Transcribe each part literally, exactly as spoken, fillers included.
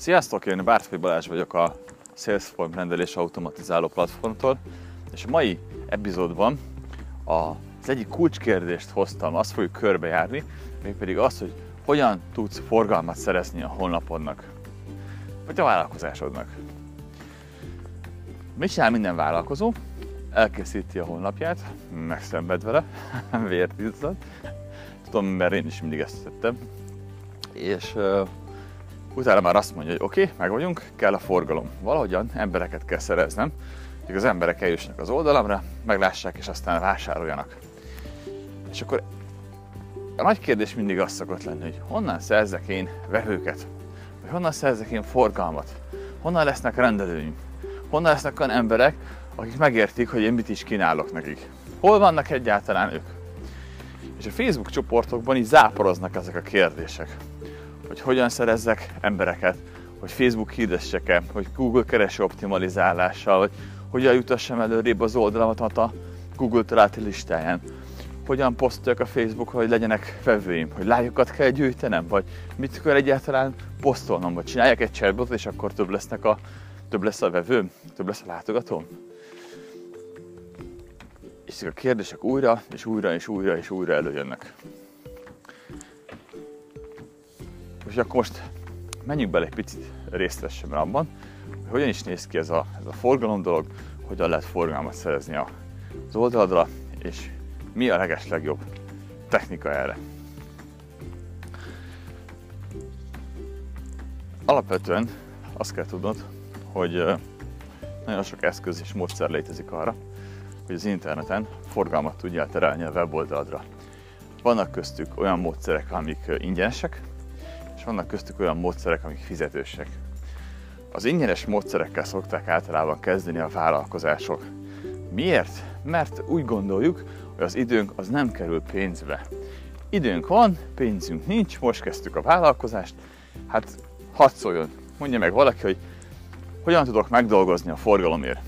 Sziasztok, én Bártfai Balázs vagyok a Salesforce rendelés automatizáló platformtól, és a mai epizódban az egyik kulcskérdést hoztam, azt fogjuk körbejárni, mégpedig az, hogy hogyan tudsz forgalmat szerezni a honlapodnak, vagy a vállalkozásodnak. Mit csinál minden vállalkozó? Elkészíti a honlapját, megszenved vele, vért izzad. Tudom, mert én is mindig ezt tettem. És uh, utána már azt mondja, hogy oké, okay, meg vagyunk, kell a forgalom. Valahogyan embereket kell szereznem, hogy az emberek eljussanak az oldalamra, meglássák és aztán vásároljanak. És akkor a nagy kérdés mindig az szokott lenni, hogy honnan szerzek én vevőket? Vagy honnan szerzek én forgalmat? Honnan lesznek rendelőim? Honnan lesznek olyan emberek, akik megértik, hogy én mit is kínálok nekik? Hol vannak egyáltalán ők? És a Facebook csoportokban így záporoznak ezek a kérdések. Hogy hogyan szerezzek embereket, hogy Facebook hirdessek-e, hogy Google kereső optimalizálással, vagy hogyan jutassam előrébb az oldalamat a Google találati listáján. Hogyan posztoljak a Facebookra, hogy legyenek vevőim, hogy lájkokat kell gyűjtenem, vagy mit kell egyáltalán posztolnom, vagy csináljak egy chatbotot, és akkor több lesznek a több lesz a vevőm, több lesz a látogatóm. És a kérdések újra, és újra, és újra, és újra előjönnek. És akkor most menjünk bele egy picit részletesebben abban, hogy hogyan is néz ki ez a, ez a forgalom dolog, hogyan lehet forgalmat szerezni az oldaladra, és mi a legeslegjobb technika erre. Alapvetően azt kell tudnod, hogy nagyon sok eszköz és módszer létezik arra, hogy az interneten forgalmat tudjál terelni a weboldaladra. Vannak köztük olyan módszerek, amik ingyenesek, és vannak köztük olyan módszerek, amik fizetősek. Az ingyenes módszerekkel szokták általában kezdeni a vállalkozások. Miért? Mert úgy gondoljuk, hogy az időnk az nem kerül pénzbe. Időnk van, pénzünk nincs, most kezdtük a vállalkozást, hát hadd szóljon, mondja meg valaki, hogy hogyan tudok megdolgozni a forgalomért.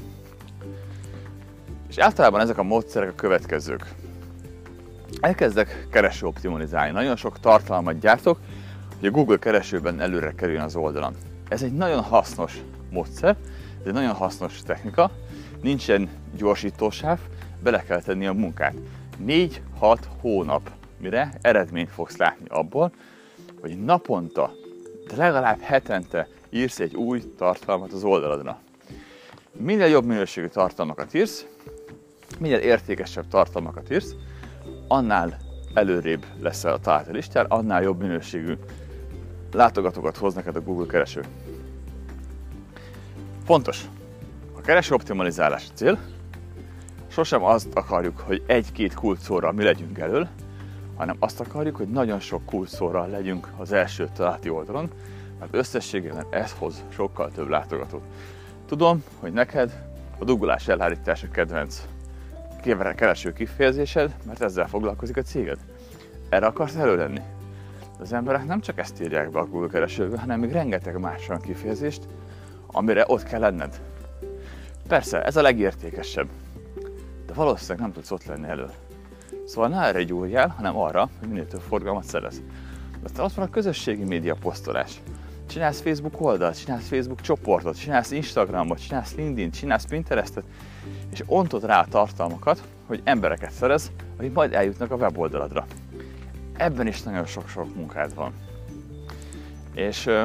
És általában ezek a módszerek a következők. Elkezdek kereső optimalizálni. Nagyon sok tartalmat gyártok, hogy a Google keresőben előre kerüljön az oldalam. Ez egy nagyon hasznos módszer, ez egy nagyon hasznos technika, nincsen gyorsítósáv, bele kell tenni a munkát. négy-hat hónap, mire eredményt fogsz látni abból, hogy naponta, de legalább hetente írsz egy új tartalmat az oldaladra. Minél jobb minőségű tartalmakat írsz, minél értékesebb tartalmakat írsz, annál előrébb leszel a találati listán, annál jobb minőségű látogatókat hoz neked a Google kereső. Fontos, a kereső optimalizálás cél, sosem azt akarjuk, hogy egy-két kulcsszóra mi legyünk elől, hanem azt akarjuk, hogy nagyon sok kulcsszórral legyünk az első találati oldalon, mert összességében ez hoz sokkal több látogatót. Tudom, hogy neked a dugulás elhárítás a kedvenc kereső kifejezésed, mert ezzel foglalkozik a céged. Erre akarsz előlenni? Az emberek nem csak ezt írják be a Google keresőbe, hanem még rengeteg más olyan kifejezést, amire ott kell lenned. Persze, ez a legértékesebb, de valószínűleg nem tudsz ott lenni elől. Szóval ne erre gyúrjál, hanem arra, hogy minél több forgalmat szerez. Aztán ott van a közösségi média posztolás. Csinálsz Facebook oldalt, csinálsz Facebook csoportot, csinálsz Instagramot, csinálsz LinkedIn, csinálsz Pinterestet, és ontod rá a tartalmakat, hogy embereket szerez, akik majd eljutnak a weboldaladra. Ebben is nagyon sok-sok munkád van. És ö,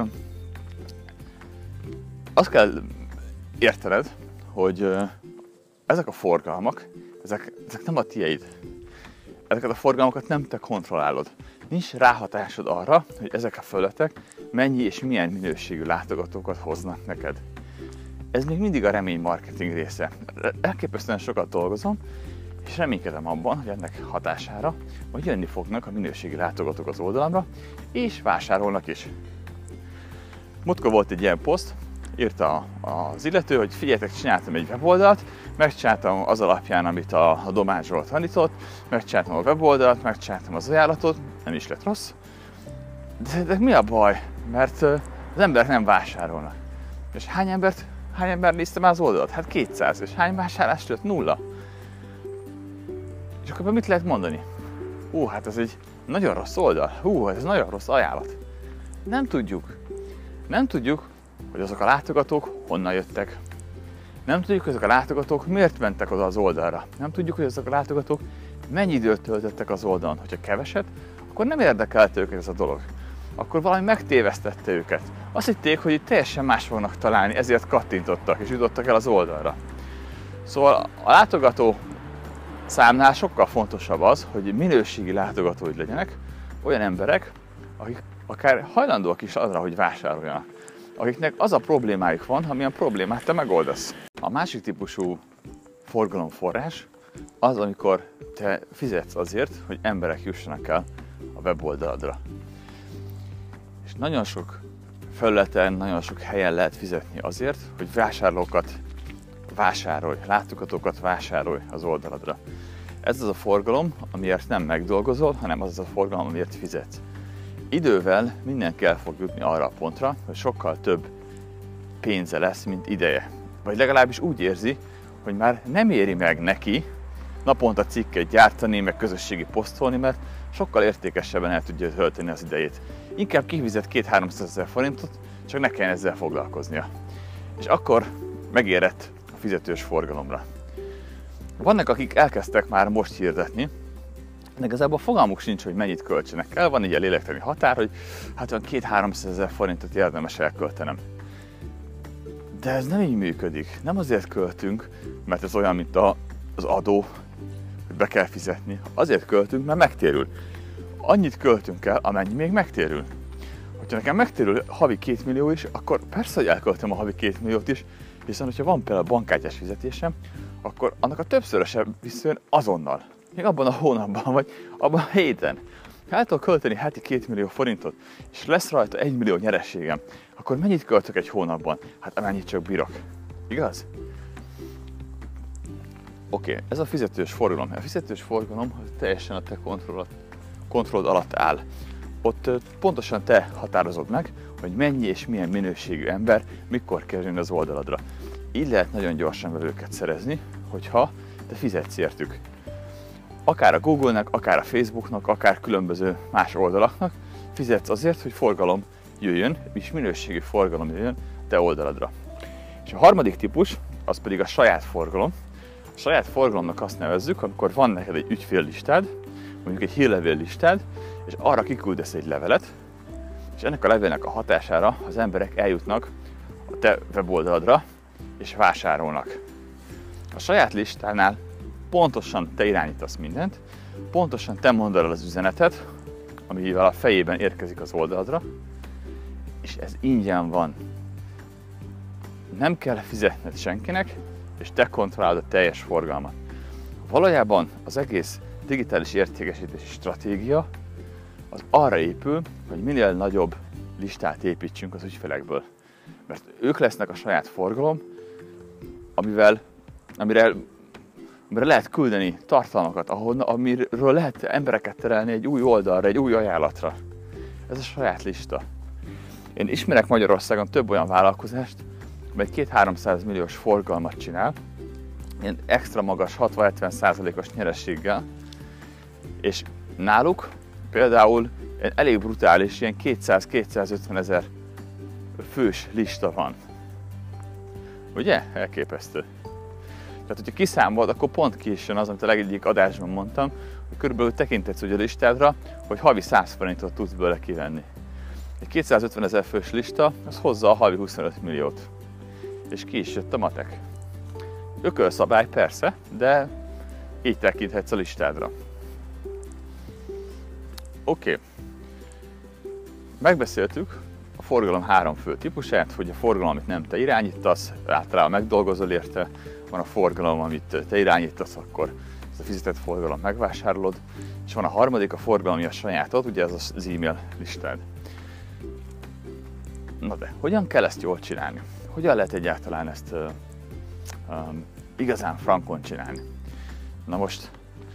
azt kell értened, hogy ö, ezek a forgalmak, ezek, ezek nem a tiéd. Ezeket a forgalmakat nem te kontrollálod. Nincs ráhatásod arra, hogy ezek a felületek mennyi és milyen minőségű látogatókat hoznak neked. Ez még mindig a remény marketing része. Elképesztően sokat dolgozom, és reménykedem abban, hogy ennek hatására majd jönni fognak a minőségi látogatók az oldalamra, és vásárolnak is. Múltkor volt egy ilyen poszt, írta az illető, hogy figyeljetek, csináltam egy weboldalt, megcsináltam az alapján, amit a, a Domán Zsolt tanított, megcsináltam a weboldalt, megcsináltam az ajánlatot, nem is lett rossz. De, de mi a baj? Mert az emberek nem vásárolnak. És hány embert, hány ember nézte már az oldalt? Hát kétszáz. És hány vásárlás lett? Nulla. És akkor mit lehet mondani? Ó, hát ez egy nagyon rossz oldal. Hú, ez nagyon rossz ajánlat. Nem tudjuk. Nem tudjuk, hogy azok a látogatók honnan jöttek. Nem tudjuk, hogy ezek a látogatók miért mentek oda az oldalra. Nem tudjuk, hogy ezek a látogatók mennyi időt töltöttek az oldalon. Hogyha keveset, akkor nem érdekelte őket ez a dolog. Akkor valami megtévesztette őket. Azt hitték, hogy itt teljesen más fognak találni, ezért kattintottak és jutottak el az oldalra. Szóval a látogató számnál sokkal fontosabb az, hogy minőségi látogatóid legyenek, olyan emberek, akik akár hajlandóak is arra, hogy vásároljanak. Akiknek az a problémájuk van, amilyen problémát te megoldasz. A másik típusú forgalomforrás az, amikor te fizetsz azért, hogy emberek jussanak el a weboldaladra. És nagyon sok felületen, nagyon sok helyen lehet fizetni azért, hogy vásárlókat vásárolj, látogatókat vásárolj az oldaladra. Ez az a forgalom, amiért nem megdolgozol, hanem az az a forgalom, amiért fizetsz. Idővel mindenki el fog jutni arra a pontra, hogy sokkal több pénze lesz, mint ideje. Vagy legalábbis úgy érzi, hogy már nem éri meg neki naponta cikket gyártani, meg közösségi posztolni, mert sokkal értékesebben el tudja tölteni az idejét. Inkább kifizet két-háromszázezer forintot, csak ne kelljen ezzel foglalkoznia. És akkor megérett a fizetős forgalomra. Vannak, akik elkezdtek már most hirdetni, de igazából fogalmuk sincs, hogy mennyit költsenek el. Van egy ilyen lélektani határ, hogy hát olyan két-háromszázezer forintot érdemes elköltenem. De ez nem így működik. Nem azért költünk, mert ez olyan, mint a, az adó, hogy be kell fizetni. Azért költünk, mert megtérül. Annyit költünk el, amennyi még megtérül. Hogyha nekem megtérül havi két millió is, akkor persze, hogy elköltöm a havi két milliót is, hiszen hogyha van például a bankkártyás fizetésem, akkor annak a többszöröse visszajön azonnal. Még abban a hónapban, vagy abban a héten. Ha el tudok költeni heti két millió forintot, és lesz rajta egy millió nyerességem, akkor mennyit költök egy hónapban? Hát amennyit csak bírok. Igaz? Oké, okay, ez a fizetős forgalom. A fizetős forgalom teljesen a te kontrollod, kontrollod alatt áll. Ott pontosan te határozod meg, hogy mennyi és milyen minőségű ember mikor kerül az oldaladra. Így lehet nagyon gyorsan vevőket szerezni, hogyha te fizetsz értük. Akár a Google-nek, akár a Facebooknak, akár különböző más oldalaknak fizetsz azért, hogy forgalom jöjjön, és minőségű forgalom jöjjön te oldaladra. És a harmadik típus, az pedig a saját forgalom. A saját forgalomnak azt nevezzük, amikor van neked egy ügyféllistád, mondjuk egy hírlevéllistád, és arra kiküldesz egy levelet, és ennek a levélnek a hatására az emberek eljutnak a te weboldaladra, és vásárolnak. A saját listánál pontosan te irányítasz mindent, pontosan te mondod el az üzenetet, amivel a fejében érkezik az oldaladra, és ez ingyen van. Nem kell fizetned senkinek, és te kontrollálod a teljes forgalmat. Valójában az egész digitális értékesítési stratégia az arra épül, hogy minél nagyobb listát építsünk az ügyfelekből. Mert ők lesznek a saját forgalom, amivel, amire, amire lehet küldeni tartalmakat, ahol, amiről lehet embereket terelni egy új oldalra, egy új ajánlatra. Ez a saját lista. Én ismerek Magyarországon több olyan vállalkozást, amely két-háromszáz milliós forgalmat csinál, ilyen extra magas hatvan-hetven százalékos nyerességgel, és náluk például elég brutális, ilyen kétszáz-kétszázötven ezer fős lista van. Ugye? Elképesztő. Tehát, hogyha kiszámolod, akkor pont ki is jön az, amit a legegyik adásban mondtam, hogy körülbelül tekintetsz ugye a listádra, hogy havi száz forintot tudsz belőle kivenni. Egy kétszázötven ezer fős lista, az hozza a havi huszonöt milliót. És ki is jött a matek. Ökölszabály persze, de így tekinthetsz a listádra. Oké. Okay. Megbeszéltük a forgalom három fő típusát, hogy a forgalom, amit nem te irányítasz, általában megdolgozol érte, van a forgalom, amit te irányítasz, akkor ez a fizetett forgalom megvásárolod, és van a harmadik, a forgalom, ami a sajátod, ugye ez az e-mail listád. Na de, hogyan kell ezt jól csinálni? Hogyan lehet egyáltalán ezt uh, um, igazán frankon csinálni? Na most,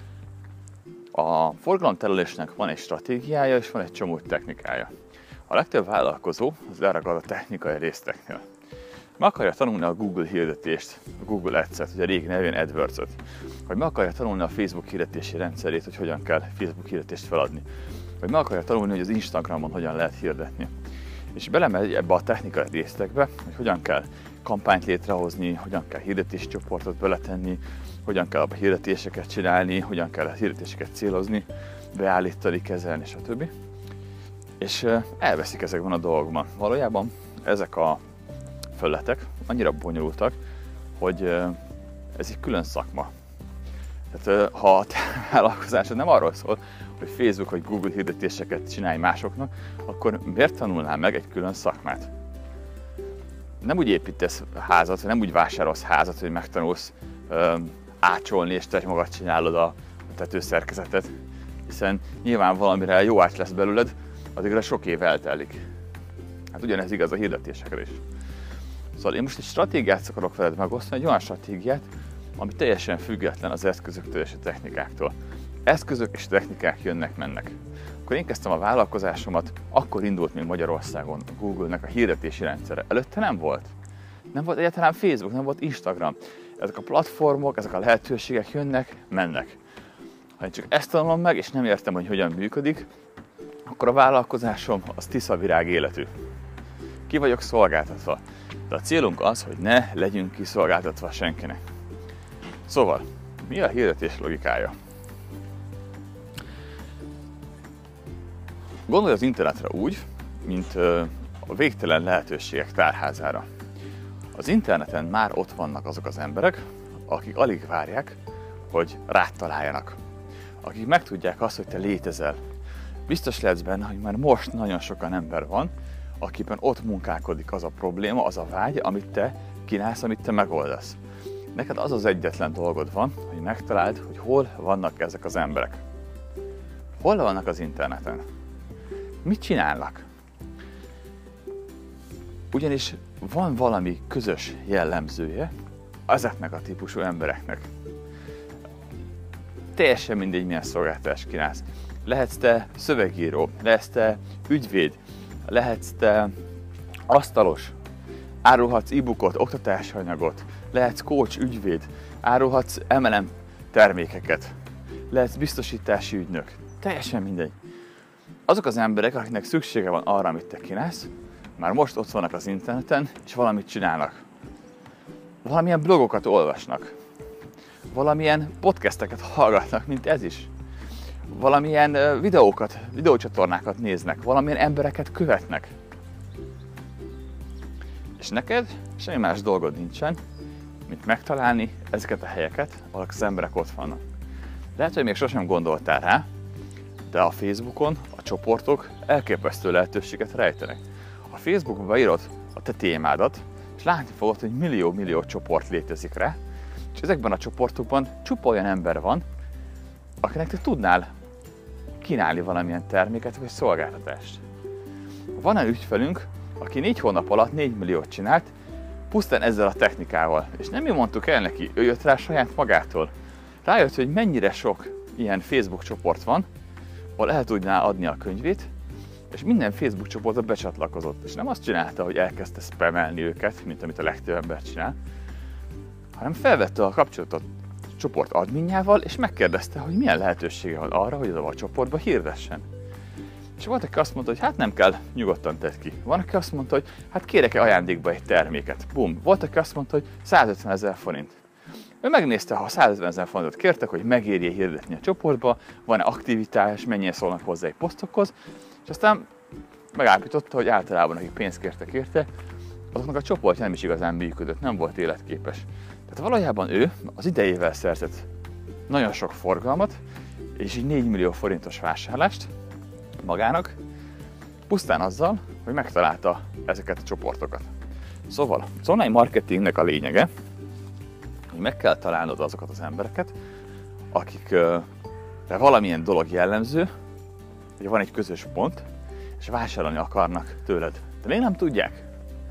a forgalomterelésnek van egy stratégiája, és van egy csomó technikája. A legtöbb vállalkozó az leragad a technikai részteknél. Meg akarja tanulni a Google hirdetést, a Google Ads-et, ugye régi nevén AdWords-ot, vagy meg akarja tanulni a Facebook hirdetési rendszerét, hogy hogyan kell Facebook hirdetést feladni, vagy meg akarja tanulni, hogy az Instagramon hogyan lehet hirdetni. és belemegy ebbe a technikai részletekbe, hogy hogyan kell kampányt létrehozni, hogyan kell hirdetési csoportot beletenni, hogyan kell a hirdetéseket csinálni, hogyan kell a hirdetéseket célozni, beállítani, kezelni, stb. És elveszik ezekben a dolgokban. Valójában ezek a felületek annyira bonyolultak, hogy ez egy külön szakma. Tehát ha a vállalkozásod nem arról szól, hogy Facebook vagy Google hirdetéseket csinálj másoknak, akkor miért tanulnál meg egy külön szakmát? Nem úgy építesz házat, vagy nem úgy vásárolsz házat, hogy megtanulsz ö, ácsolni, és te magad csinálod a, a tetőszerkezetet, hiszen nyilván valamire jó ács lesz belőled, addigra sok év eltelik. Hát ugyanez igaz a hirdetésekre is. Szóval én most egy stratégiát akarok veled megosztani, egy olyan stratégiát, ami teljesen független az eszközöktől és a technikáktól. Eszközök és technikák jönnek-mennek. Akkor én kezdtem a vállalkozásomat, akkor indult még Magyarországon a Google-nek a hirdetési rendszere. Előtte nem volt. Nem volt egyáltalán Facebook, nem volt Instagram. Ezek a platformok, ezek a lehetőségek jönnek, mennek. Ha én csak ezt tanulom meg, és nem értem, hogy hogyan működik, akkor a vállalkozásom az tiszavirág életű. Ki vagyok szolgáltatva. De a célunk az, hogy ne legyünk kiszolgáltatva senkinek. Szóval, mi a hirdetés logikája? Gondolj az internetre úgy, mint a végtelen lehetőségek tárházára. Az interneten már ott vannak azok az emberek, akik alig várják, hogy rád találjanak. Akik megtudják azt, hogy te létezel. Biztos lehetsz benne, hogy már most nagyon sokan ember van, akiben ott munkálkodik az a probléma, az a vágy, amit te kínálsz, amit te megoldasz. Neked az az egyetlen dolgod van, hogy megtaláld, hogy hol vannak ezek az emberek. Hol vannak az interneten? Mit csinálnak? Ugyanis van valami közös jellemzője ezeknek a típusú embereknek. Teljesen mindegy, milyen szolgáltatást kínálsz. Lehetsz te szövegíró, lehetsz te ügyvéd, lehetsz te asztalos, árulhatsz e-bookot, oktatási anyagot, lehetsz coach, ügyvéd, árulhatsz em el em termékeket, lehetsz biztosítási ügynök, teljesen mindegy. Azok az emberek, akiknek szüksége van arra, amit te kínálsz, már most ott vannak az interneten, és valamit csinálnak. Valamilyen blogokat olvasnak, valamilyen podcasteket hallgatnak, mint ez is. Valamilyen videókat, videócsatornákat néznek, valamilyen embereket követnek. És neked semmi más dolgod nincsen, mint megtalálni ezeket a helyeket, ahol az emberek ott vannak. Lehet, hogy még sosem gondoltál rá, de a Facebookon a csoportok elképesztő lehetőséget rejtenek. A Facebookon beírod a te témádat, és látni fogod, hogy millió-millió csoport létezik rá, és ezekben a csoportokban csupa olyan ember van, akinek te tudnál kínálni valamilyen terméket vagy szolgáltatást. Van egy ügyfelünk, aki négy hónap alatt négy milliót csinált, pusztán ezzel a technikával. És nem mi mondtuk el neki, ő jött rá saját magától. Rájött, hogy mennyire sok ilyen Facebook csoport van, ahol el tudná adni a könyvét, és minden Facebook csoportra becsatlakozott. És nem azt csinálta, hogy elkezdte spamelni őket, mint amit a legtöbb ember csinál, hanem felvette a kapcsolatot a csoport adminjával, és megkérdezte, hogy milyen lehetősége van arra, hogy az a csoportba hirdessen. És volt, aki azt mondta, hogy hát nem kell, nyugodtan tedd ki. Van, aki azt mondta, hogy hát kérek-e ajándékba egy terméket. Bum. Volt, aki azt mondta, hogy százötven ezer forint. Ő megnézte, ha százötven ezer forintot kértek, hogy megéri hirdetni a csoportba, van-e aktivitás, mennyien szólnak hozzá egy posztokhoz, és aztán megállapította, hogy általában, akik pénzt kértek érte, azoknak a csoportja nem is igazán működött, nem volt életképes. Tehát valójában ő az idejével szerzett nagyon sok forgalmat, és így négy millió forintos vásárlást magának, pusztán azzal, hogy megtalálta ezeket a csoportokat. Szóval az online marketingnek a lényege, hogy meg kell találnod azokat az embereket, akikre valamilyen dolog jellemző, hogy van egy közös pont, és vásárolni akarnak tőled. De még nem tudják.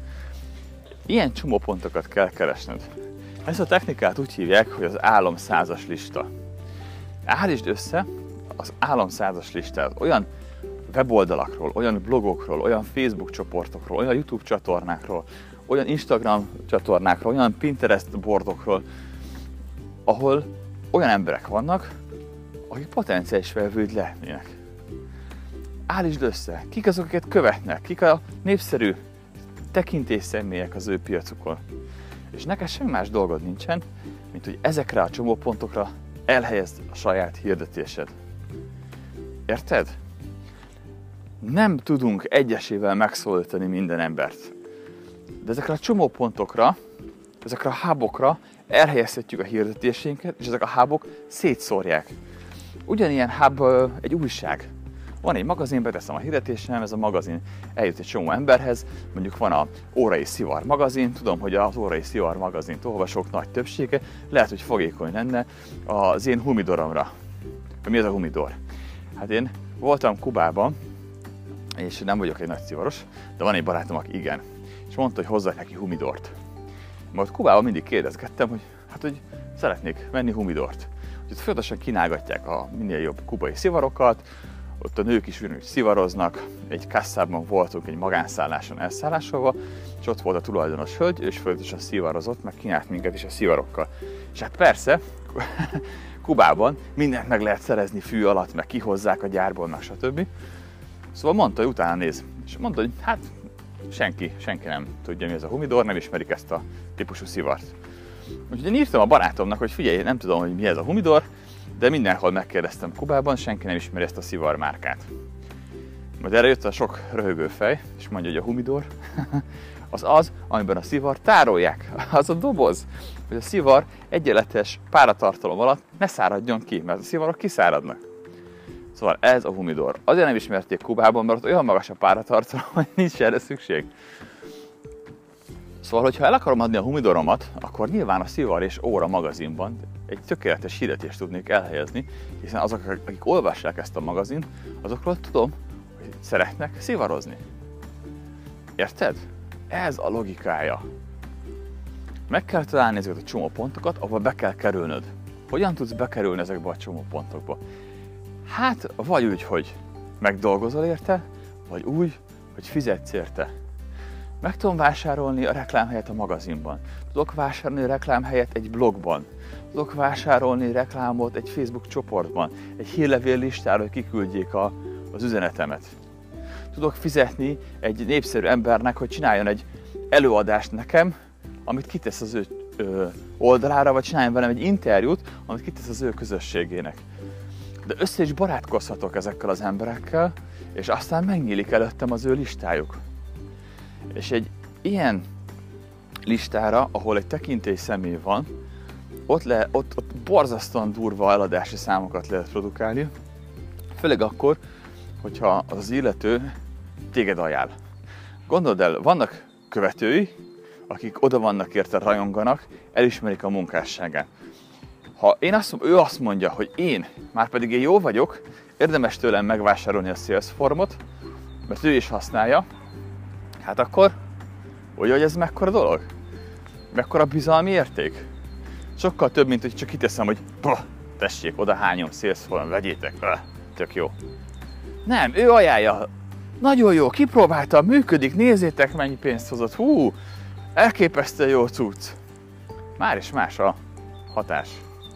Ilyen csomópontokat kell keresned. Ezt a technikát úgy hívják, hogy az álomszázas lista. Állítsd össze az álomszázas listát olyan weboldalakról, olyan blogokról, olyan Facebook csoportokról, olyan YouTube csatornákról, olyan Instagram csatornákról, olyan Pinterest boardokról, ahol olyan emberek vannak, akik potenciális vevőid lehetnének. állítsd össze, kik azok, akiket követnek, kik a népszerű tekintélyszemélyek az ő piacukon. És neked semmi más dolgod nincsen, mint hogy ezekre a csomópontokra elhelyezd a saját hirdetésed. Érted? Nem tudunk egyesével megszólítani minden embert. De ezekre a csomópontokra, ezekre a hubokra elhelyezhetjük a hirdetéseinket, és ezek a hubok szétszórják. Ugyanilyen hub egy újság. Van egy magazin, beteszem a hirdetésem, ez a magazin eljut egy csomó emberhez, mondjuk van a Órai Szivar magazin, tudom, hogy az Órai Szivar magazint olvasók nagy többsége lehet, hogy fogékony lenne az én humidoromra. Mi ez a humidor? Hát én voltam Kubában, és nem vagyok egy nagy szivaros, de van egy barátom, aki igen. És mondta, hogy hozzak neki humidort. Majd Kubában mindig kérdezgettem, hogy hát, hogy szeretnék venni humidort. Úgyhogy folyamatosan kínálgatják a minél jobb kubai szivarokat, ott a nők is ugyanúgy szivaroznak, egy kasszában voltunk egy magánszálláson elszállásolva, és ott volt a tulajdonos hölgy, és folyamatosan szivarozott, meg kínált minket is a szivarokkal. És hát persze, Kubában mindent meg lehet szerezni fű alatt, meg kihozzák a gyárból, meg stb. Szóval mondta, hogy utána néz, és mondta, hogy hát senki, senki nem tudja, mi ez a humidor, nem ismerik ezt a típusú szivart. Úgyhogy én írtam a barátomnak, hogy figyelj, nem tudom, hogy mi ez a humidor, de mindenhol megkérdeztem Kubában, senki nem ismeri ezt a szivar márkát. Majd erre jött a sok röhögő fej, és mondja, hogy a humidor az az, amiben a szivar tárolják. Az a doboz, hogy a szivar egyenletes páratartalom alatt ne száradjon ki, mert a szivarok kiszáradnak. Szóval ez a humidor. Azért nem ismerték Kubában, mert ott olyan magas a páratartalom, hogy nincs erre szükség. Szóval, hogyha el akarom adni a humidoromat, akkor nyilván a Szivar és Óra magazinban egy tökéletes hirdetést tudnék elhelyezni, hiszen azok, akik olvassák ezt a magazint, azokról tudom, hogy szeretnek szivarozni. Érted? Ez a logikája. Meg kell találni ezeket a csomópontokat, ahol be kell kerülnöd. Hogyan tudsz bekerülni ezekbe a csomópontokba? Hát, vagy úgy, hogy megdolgozol érte, vagy úgy, hogy fizetsz érte. Meg tudom vásárolni a reklámhelyet a magazinban. Tudok vásárolni a reklámhelyet egy blogban. Tudok vásárolni reklámot egy Facebook csoportban. Egy hírlevél listára, hogy kiküldjék a, az üzenetemet. Tudok fizetni egy népszerű embernek, hogy csináljon egy előadást nekem, amit kitesz az ő ö, oldalára, vagy csináljon velem egy interjút, amit kitesz az ő közösségének. De össze is barátkozhatok ezekkel az emberekkel, és aztán megnyílik előttem az ő listájuk. És egy ilyen listára, ahol egy tekintély személy van, ott, le, ott, ott borzasztóan durva eladási számokat lehet produkálni, főleg akkor, hogyha az illető téged ajánl. Gondold el, vannak követői, akik oda vannak érte, rajonganak, elismerik a munkásságát. Ha én azt, ő azt mondja, hogy én, már pedig én jó vagyok, érdemes tőlem megvásárolni a Salesforce-ot, mert ő is használja, hát akkor, úgy, hogy ez mekkora dolog? Mekkora bizalmi érték? Sokkal több, mint hogy csak kiteszem, hogy bah, tessék, oda hányom Salesforce-on, vegyétek, bah, tök jó. Nem, ő ajánlja. Nagyon jó, kipróbáltam, működik, nézzétek, mennyi pénzt hozott. Hú, elképesztően jó cucc. Már is más a hatás.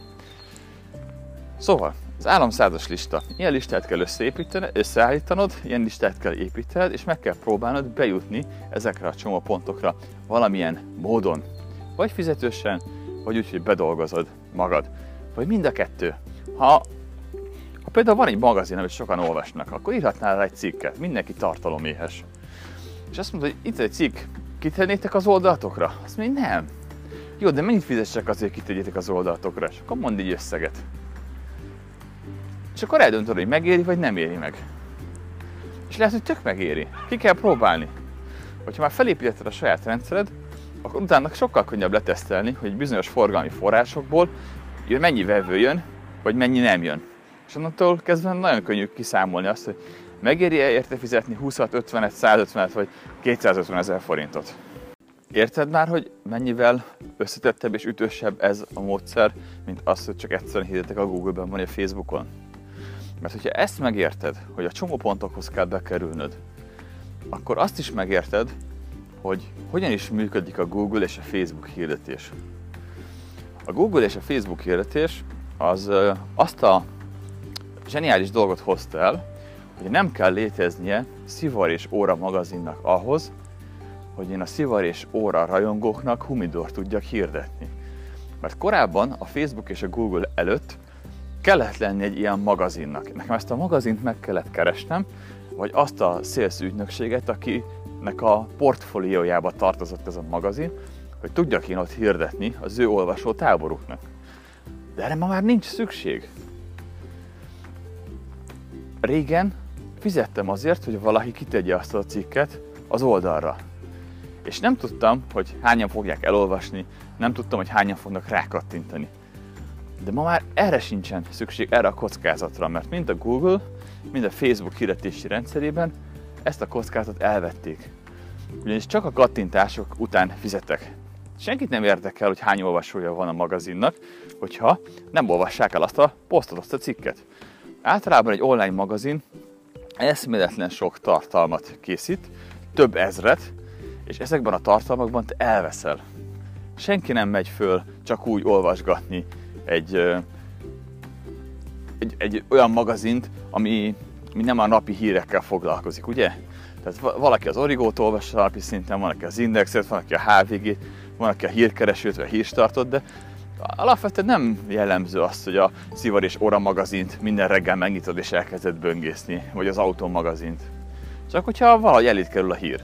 Szóval, az álomszázas lista. Ilyen listát kell összeállítanod, ilyen listát kell építened, és meg kell próbálnod bejutni ezekre a csomópontokra valamilyen módon. Vagy fizetősen, vagy úgy, hogy bedolgozod magad. Vagy mind a kettő. Ha, ha például van egy magazin, amit sokan olvasnak, akkor írhatnál rá egy cikket, mindenki tartaloméhes. És azt mondod, hogy itt egy cikk, kitennétek az oldalatokra? Azt mondja, nem. Jó, de mennyit fizessek azért, hogy kitegyétek az oldalatokra? És akkor mondd egy összeget. És akkor eldöntöd, hogy megéri, vagy nem éri meg. És lehet, hogy tök megéri. Ki kell próbálni. Hogyha már felépítetted a saját rendszered, akkor utána sokkal könnyebb letesztelni, hogy bizonyos forgalmi forrásokból mennyi vevő jön, vagy mennyi nem jön. És onnantól kezdve nagyon könnyű kiszámolni azt, hogy megéri-e érte fizetni húszat, ötvenet, százötvenet vagy kétszázötven ezer forintot. Érted már, hogy mennyivel összetettebb és ütősebb ez a módszer, mint az, hogy csak egyszerűen hirdetek a Google-ben vagy a Facebookon? Mert hogyha ezt megérted, hogy a csomópontokhoz kell bekerülnöd, akkor azt is megérted, hogy hogyan is működik a Google és a Facebook hirdetés. A Google és a Facebook hirdetés az azt a zseniális dolgot hozta el, hogy nem kell léteznie Szivar és Óra magazinnak ahhoz, hogy én a Szivar és Óra rajongóknak humidort tudjak hirdetni. Mert korábban a Facebook és a Google előtt kellett lenni egy ilyen magazinnak. Nekem ezt a magazint meg kellett keresnem, vagy azt a sales ügynökséget, akinek a portfóliójába tartozott ez a magazin, hogy tudjak én ott hirdetni az ő olvasó táboruknak. De erre ma már nincs szükség. Régen fizettem azért, hogy valaki kitegye azt a cikket az oldalra. És nem tudtam, hogy hányan fogják elolvasni, nem tudtam, hogy hányan fognak rákattintani. De ma már erre sincsen szükség, erre a kockázatra, mert mind a Google, mind a Facebook hirdetési rendszerében ezt a kockázatot elvették. Ugyanis csak a kattintások után fizetek. Senkit nem érdekel, hogy hány olvasója van a magazinnak, hogyha nem olvassák el azt a posztot, azt a cikket. Általában egy online magazin eszméletlen sok tartalmat készít, több ezret, és ezekben a tartalmakban te elveszel. Senki nem megy föl csak úgy olvasgatni egy, egy, egy olyan magazint, ami, ami nem a napi hírekkel foglalkozik, ugye? Tehát valaki az Origót olvassa napi szinten, van, aki az Indexet, van, aki a há vé gét, van, aki a hírkeresőt, vagy a hírstartot, de alapvetően nem jellemző azt, hogy a Szivar és Óra magazint minden reggel megnyitod és elkezded böngészni, vagy az Autó magazint. Csak hogyha valahogy eléd kerül a hír.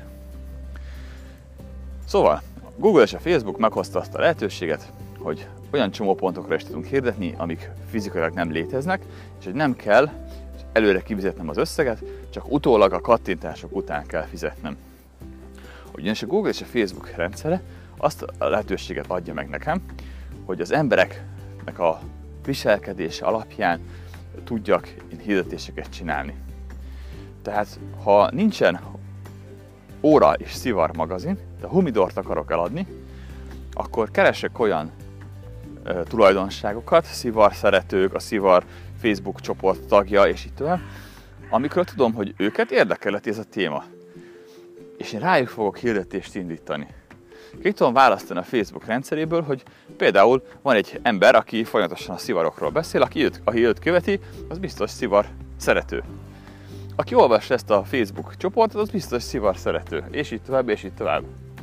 Szóval, Google és a Facebook meghozta azt a lehetőséget, hogy olyan csomópontokra is tudunk hirdetni, amik fizikailag nem léteznek, és hogy nem kell előre kifizetnem az összeget, csak utólag a kattintások után kell fizetnem. Ugyanis a Google és a Facebook rendszere azt a lehetőséget adja meg nekem, hogy az embereknek a viselkedése alapján tudjak én hirdetéseket csinálni. Tehát, ha nincsen Óra és Szivar magazin, de humidort akarok eladni, akkor keresek olyan e, tulajdonságokat, Szivar szeretők, a Szivar Facebook csoport tagja, és így tovább, amikről tudom, hogy őket érdekelheti ez a téma. És én rájuk fogok hirdetést indítani. Ki tudom választani a Facebook rendszeréből, hogy például van egy ember, aki folyamatosan a szivarokról beszél, aki őt, aki őt követi, az biztos Szivar szerető. Aki olvassa ezt a Facebook csoportot, az biztos Szivar szerető, és így tovább, és így tovább.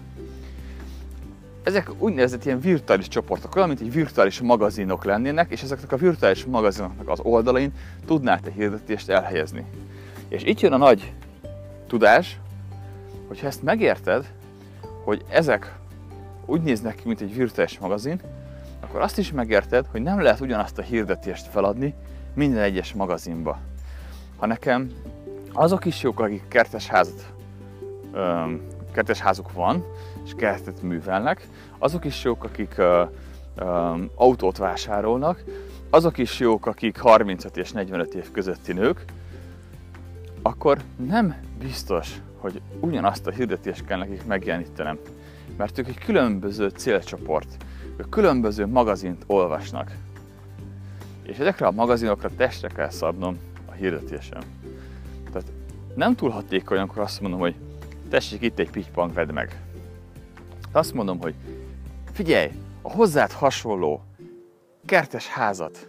Ezek úgynevezett ilyen virtuális csoportok, olyan, mint egy virtuális magazinok lennének, és ezeknek a virtuális magazinoknak az oldalain tudnál te hirdetést elhelyezni. És itt jön a nagy tudás, hogyha ezt megérted, hogy ezek úgy néznek ki, mint egy virtuális magazin, akkor azt is megérted, hogy nem lehet ugyanazt a hirdetést feladni minden egyes magazinba. Ha nekem azok is jók, akik kertesházat, öm, kertesházuk van, és kertet művelnek, azok is jók, akik ö, ö, autót vásárolnak, azok is jók, akik harmincöt és negyvenöt év közötti nők, akkor nem biztos, hogy ugyanazt a hirdetést kell nekik megjelenítenem. Mert ők egy különböző célcsoport, ők különböző magazint olvasnak. És ezekre a magazinokra testre kell szabnom a hirdetésem. Tehát nem túl hatékony, amikor azt mondom, hogy tessék, itt egy pittypang, vedd meg. Azt mondom, hogy figyelj, a hozzád hasonló kertes házat,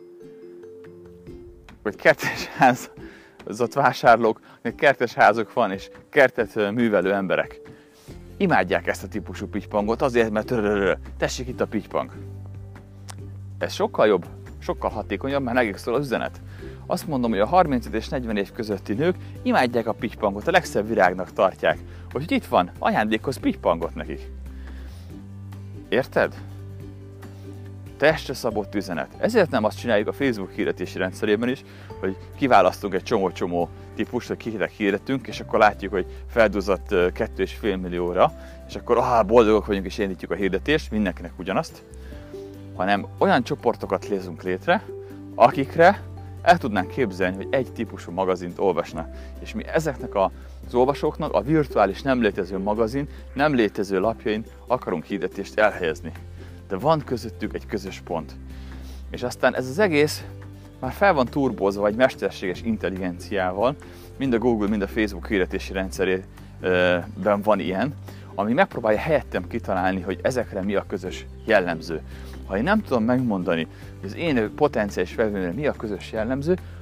vagy kertes házat vásárlók, kertes házuk van, és kertet művelő emberek imádják ezt a típusú pittypangot azért, mert rörörö, tessék itt a pittypang. Ez sokkal jobb, sokkal hatékonyabb, mert nekik szól az üzenet. Azt mondom, hogy a harmincöt és negyven év közötti nők imádják a pittypangot, a legszebb virágnak tartják. Úgyhogy itt van, ajándékoz pittypangot nekik. Érted? Testre szabott üzenet. Ezért nem azt csináljuk a Facebook hirdetési rendszerében is, hogy kiválasztunk egy csomó-csomó típust, hogy kinek hirdetünk, és akkor látjuk, hogy felduzzadt kettő és fél millióra, és akkor ah, boldogok vagyunk és indítjuk a hirdetést, mindenkinek ugyanazt, hanem olyan csoportokat lézünk létre, akikre el tudnánk képzelni, hogy egy típusú magazint olvasnak. És mi ezeknek az olvasóknak a virtuális nem létező magazin, nem létező lapjain akarunk hirdetést elhelyezni. De van közöttük egy közös pont. És aztán ez az egész már fel van turbózva egy mesterséges intelligenciával, mind a Google, mind a Facebook hirdetési rendszerében van ilyen, ami megpróbálja helyettem kitalálni, hogy ezekre mi a közös jellemző. Ha én nem tudom megmondani, hogy az én potenciális vevőmre mi a közös jellemző,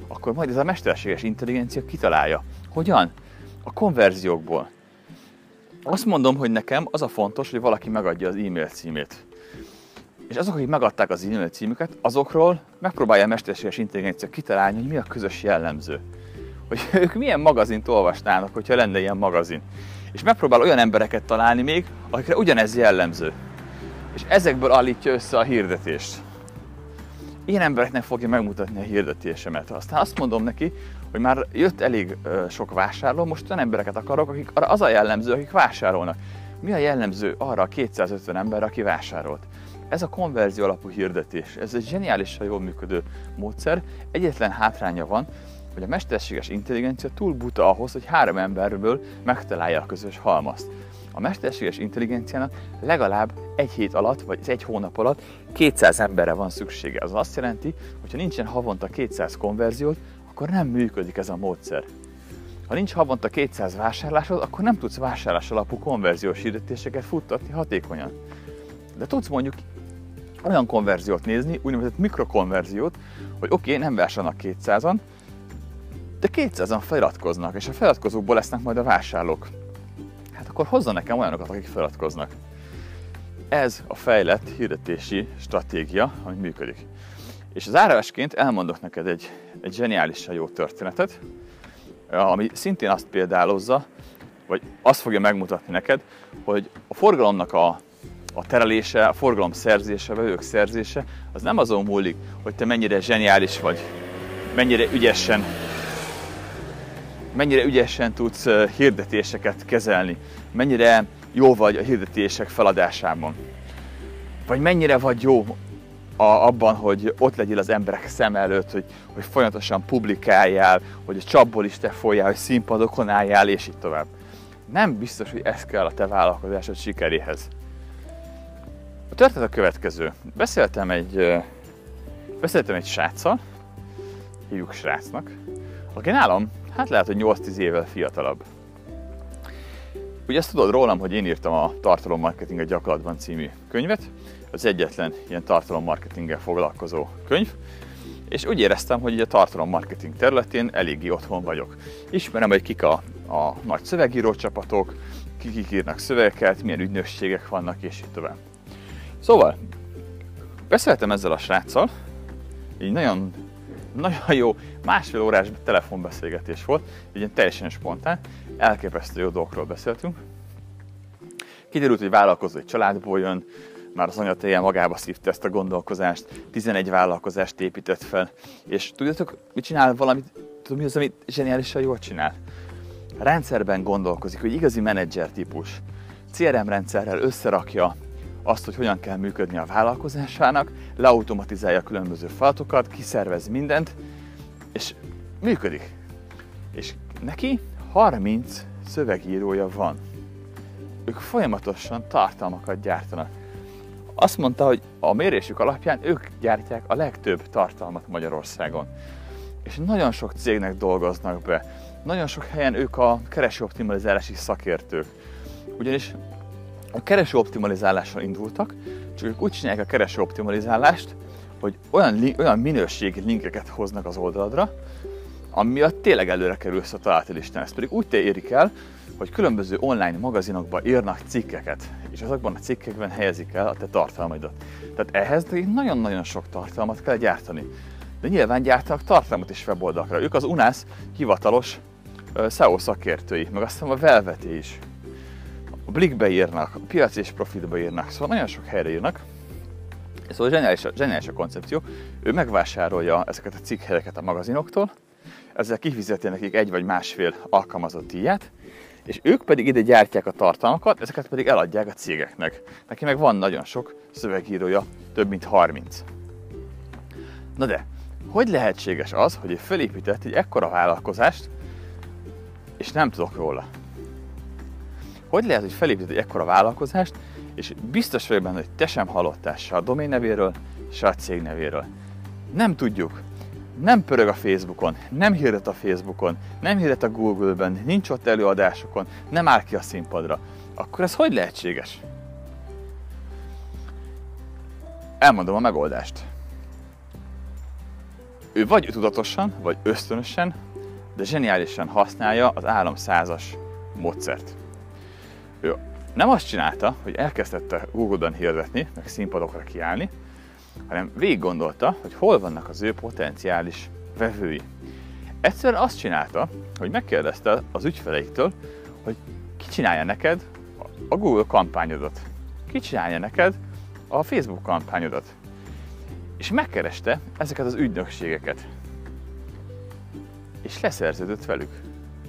akkor majd ez a mesterséges intelligencia kitalálja. Hogyan? A konverziókból. Azt mondom, hogy nekem az a fontos, hogy valaki megadja az e-mail címét. És azok, akik megadták az e-mail címüket, azokról megpróbálja a mesterséges intelligencia kitalálni, hogy mi a közös jellemző. Hogy ők milyen magazint olvasnának, hogyha lenne ilyen magazin. És megpróbál olyan embereket találni még, akikre ugyanez jellemző. És ezekből állítja össze a hirdetést. Ilyen embereknek fogja megmutatni a hirdetésemet. Aztán azt mondom neki, hogy már jött elég sok vásárló, most olyan embereket akarok, akik arra az a jellemző, akik vásárolnak. Mi a jellemző arra a kétszázötven ember, aki vásárolt? Ez a konverzió alapú hirdetés. Ez egy zseniálisan jól működő módszer. Egyetlen hátránya van, hogy a mesterséges intelligencia túl buta ahhoz, hogy három emberből megtalálja a közös halmazt. A mesterséges intelligenciának legalább egy hét alatt, vagy egy hónap alatt kétszáz emberre van szüksége. Az azt jelenti, hogy ha nincsen havonta kétszáz konverziót, akkor nem működik ez a módszer. Ha nincs havonta kétszáz vásárlásod, akkor nem tudsz vásárlás alapú konverziós hirdetéseket futtatni hatékonyan. De tudsz mondjuk olyan konverziót nézni, úgynevezett mikrokonverziót, hogy oké, okay, nem vásárolnak kétszázan, de kétszázan feliratkoznak, és a feliratkozókból lesznek majd a vásárlók. Hát akkor hozza nekem olyanokat, akik feliratkoznak. Ez a fejlett hirdetési stratégia, ami működik. És zárásként elmondok neked egy, egy zseniálisan jó történetet, ami szintén azt példálozza, vagy azt fogja megmutatni neked, hogy a forgalomnak a, a terelése, a forgalom szerzése, a vevők szerzése, az nem azon múlik, hogy te mennyire zseniális vagy, mennyire ügyesen, mennyire ügyesen tudsz hirdetéseket kezelni, mennyire jó vagy a hirdetések feladásában, vagy mennyire vagy jó a, abban, hogy ott legyél az emberek szem előtt, hogy, hogy folyamatosan publikáljál, hogy a csapból is te folyjál, hogy színpadokon álljál, és így tovább. Nem biztos, hogy ez kell a te vállalkozásod sikeréhez. A történet a következő. Beszéltem egy, beszéltem egy sráccal, hívjuk srácnak, aki nálam, hát lehet, hogy nyolc-tíz évvel fiatalabb. Ugye azt tudod rólam, hogy én írtam a Tartalommarketing a gyakorlatban című könyvet, az egyetlen ilyen tartalommarketinggel foglalkozó könyv, és úgy éreztem, hogy a tartalommarketing területén eléggé otthon vagyok. Ismerem, hogy kik a, a nagy szövegíró csapatok, kik írnak szövegeket, milyen ügynökségek vannak, és így tovább. Szóval, beszéltem ezzel a sráccal, így nagyon, nagyon jó másfél órás telefonbeszélgetés volt, így ilyen teljesen spontán, elképesztő jó dolgokról beszéltünk. Kiderült, hogy vállalkozói családból jön, már az anyateje magába szívta ezt a gondolkozást, tizenegy vállalkozást épített fel, és tudjátok, mit csinál valamit, tudom mi az, amit zseniálisan jól csinál? Rendszerben gondolkozik, hogy igazi menedzser típus. cé er em rendszerrel összerakja azt, hogy hogyan kell működni a vállalkozásának, leautomatizálja a különböző feladatokat, kiszervez mindent, és működik. És neki harminc szövegírója van. Ők folyamatosan tartalmakat gyártanak. Azt mondta, hogy a mérésük alapján ők gyártják a legtöbb tartalmat Magyarországon. És nagyon sok cégnek dolgoznak be. Nagyon sok helyen ők a keresőoptimalizálási szakértők. Ugyanis a keresőoptimalizálással indultak, csak ők úgy csinálják a keresőoptimalizálást, hogy olyan, olyan minőségi linkeket hoznak az oldaladra, ami miatt tényleg előre kerülsz a találati listán. Ezt pedig úgy érik el, hogy különböző online magazinokba írnak cikkeket, és azokban a cikkekben helyezik el a te tartalmaidat. Tehát ehhez nagyon-nagyon sok tartalmat kell gyártani. De nyilván gyártanak tartalmat is weboldalakra. Ők az unász hivatalos es e o szakértői, meg aztán a Velveté is. A Blickbe írnak, a Piac és Profitba írnak, szóval nagyon sok helyre írnak. Szóval zseniális, zseniális a koncepció. Ő megvásárolja ezeket a cikkhelyeket a magazinoktól, ezzel kifizeti nekik egy vagy másfél alkalmazott díját, és ők pedig ide gyártják a tartalmakat, ezeket pedig eladják a cégeknek. Neki meg van nagyon sok szövegírója, több mint harminc. Na de, hogy lehetséges az, hogy ő felépített egy ekkora vállalkozást, és nem tudok róla? Hogy lehet, hogy felépített egy ekkora vállalkozást, és biztos vagyok benne, hogy te sem hallottál se a domain nevéről, se a cég nevéről. Nem tudjuk. Nem pörög a Facebookon, nem hirdet a Facebookon, nem hirdet a Google-ben, nincs ott előadásokon, nem áll ki a színpadra. Akkor ez hogy lehetséges? Elmondom a megoldást. ő vagy tudatosan, vagy ösztönösen, de zseniálisan használja az álomszázas módszert. Ő nem azt csinálta, hogy elkezdette Google-ban hirdetni, meg színpadokra kiállni, hanem végig gondolta, hogy hol vannak az ő potenciális vevői. Egyszerűen azt csinálta, hogy megkérdezte az ügyfeleiktől, hogy ki csinálja neked a Google kampányodat, ki csinálja neked a Facebook kampányodat. És megkereste ezeket az ügynökségeket. És leszerződött velük.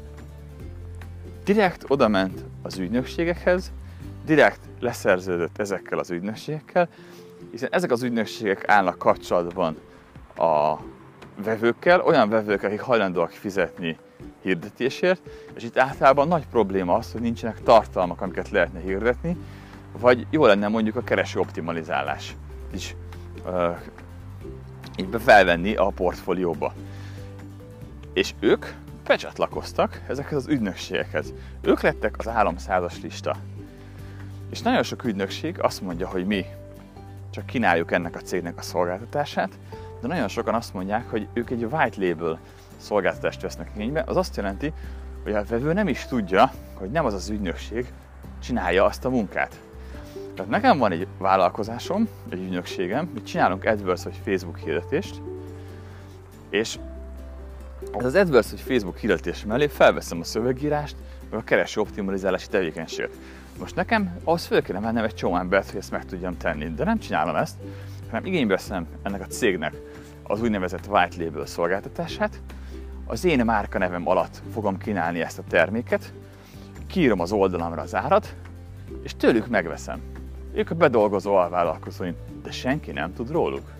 Direkt odament az ügynökségekhez, direkt leszerződött ezekkel az ügynökségekkel, hiszen ezek az ügynökségek állnak kapcsolatban a vevőkkel, olyan vevők, akik hajlandóak fizetni hirdetésért, és itt általában nagy probléma az, hogy nincsenek tartalmak, amiket lehetne hirdetni, vagy jó lenne mondjuk a kereső optimalizálás is uh, így felvenni a portfólióba. És ők becsatlakoztak ezekhez az ügynökségekhez. Ők lettek az álomszázas lista. És nagyon sok ügynökség azt mondja, hogy mi csak kínáljuk ennek a cégnek a szolgáltatását, de nagyon sokan azt mondják, hogy ők egy white label szolgáltatást vesznek igénybe. Az azt jelenti, hogy a vevő nem is tudja, hogy nem az az ügynökség csinálja azt a munkát. Tehát nekem van egy vállalkozásom, egy ügynökségem, mi csinálunk AdWords vagy Facebook hirdetést, és ez az AdWords vagy Facebook hirdetés mellé felveszem a szövegírást, vagy a kereső optimalizálási tevékenységet. Most nekem ahhoz föl kéne mennem egy csomó embert, hogy ezt meg tudjam tenni, de nem csinálom ezt, hanem igénybe veszem ennek a cégnek az úgynevezett white label szolgáltatását, az én márka nevem alatt fogom kínálni ezt a terméket, kiírom az oldalamra az árat, és tőlük megveszem. Ők a bedolgozó alvállalkozóim, de senki nem tud róluk.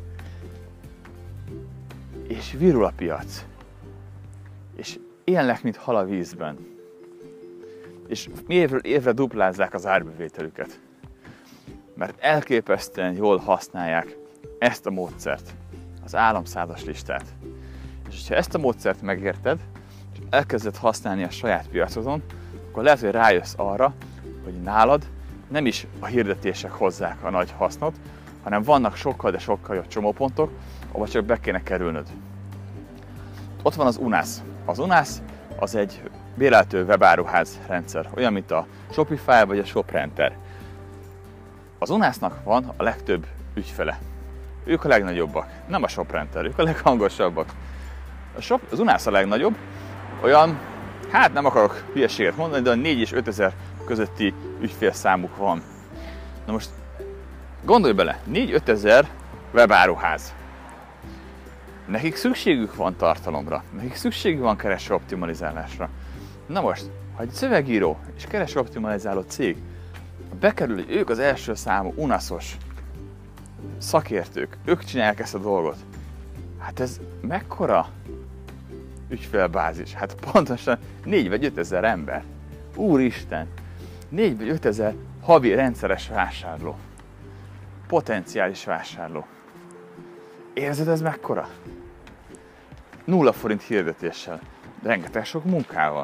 És virul a piac. És élnek, mint hal a vízben. És évről évre duplázzák az árbevételüket. Mert elképesztően jól használják ezt a módszert, az álomszázas listát. És ha ezt a módszert megérted, és elkezded használni a saját piacodon, akkor lehet, hogy rájössz arra, hogy nálad nem is a hirdetések hozzák a nagy hasznot, hanem vannak sokkal, de sokkal jobb csomópontok, ahol csak be kéne kerülnöd. Ott van az unász. Az unász az egy béreltő webáruház rendszer, olyan, mint a Shopify vagy a ShopRenter. Az unásznak van a legtöbb ügyfele. Ők a legnagyobbak, nem a ShopRenter, ők a leghangosabbak. A shop, az unász a legnagyobb, olyan, hát nem akarok hülyeséget mondani, de a négy és ötezer közötti ügyfélszámuk van. Na most gondolj bele, négy-ötezer webáruház. Nekik szükségük van tartalomra, nekik szükségük van kereső optimalizálásra. Na most, ha egy szövegíró és kereső optimalizáló cég bekerül, hogy ők az első számú unaszos szakértők, ők csinálják ezt a dolgot, hát ez mekkora ügyfélbázis? Hát pontosan négy vagy ötezer ember. Úristen! négy vagy ötezer havi rendszeres vásárló. Potenciális vásárló. Érzed, ez mekkora? Nulla forint hirdetéssel. Rengeteg sok munkával.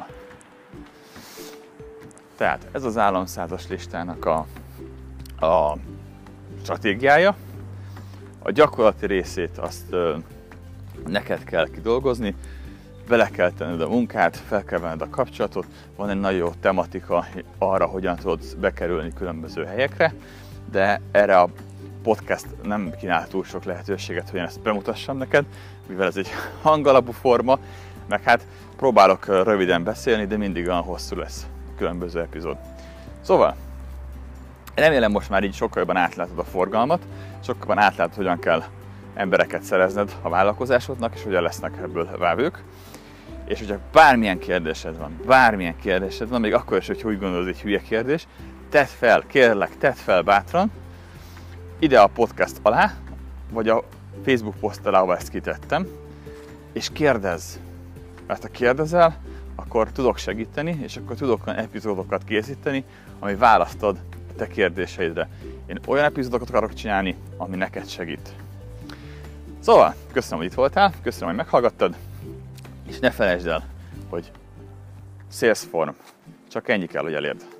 Tehát ez az álomszázas listának a, a stratégiája. A gyakorlati részét azt ö, neked kell kidolgozni, bele kell tenned a munkát, fel kell venned a kapcsolatot, van egy nagyon jó tematika arra, hogyan tudsz bekerülni különböző helyekre, de erre a podcast nem kínál túl sok lehetőséget, hogy én ezt bemutassam neked, mivel ez egy hangalapú forma, meg hát próbálok röviden beszélni, de mindig olyan hosszú lesz a különböző epizód. Szóval, remélem most már így sokkal jobban átlátod a forgalmat, sokkal jobban átlátod, hogyan kell embereket szerezned a vállalkozásodnak, és hogyan lesznek ebből vevők. És hogyha bármilyen kérdésed van, bármilyen kérdésed van, még akkor is, hogy úgy gondolod, egy hülye kérdés, tedd fel, kérlek, tedd fel bátran, ide a podcast alá, vagy a Facebook poszt alá, ahol ezt kitettem, és kérdezz. Mert ha kérdezel, akkor tudok segíteni, és akkor tudok olyan epizódokat készíteni, ami választod a te kérdéseidre. Én olyan epizódokat akarok csinálni, ami neked segít. Szóval, köszönöm, hogy itt voltál, köszönöm, hogy meghallgattad, és ne felejtsd el, hogy Salesforce, csak ennyi kell, hogy elérd.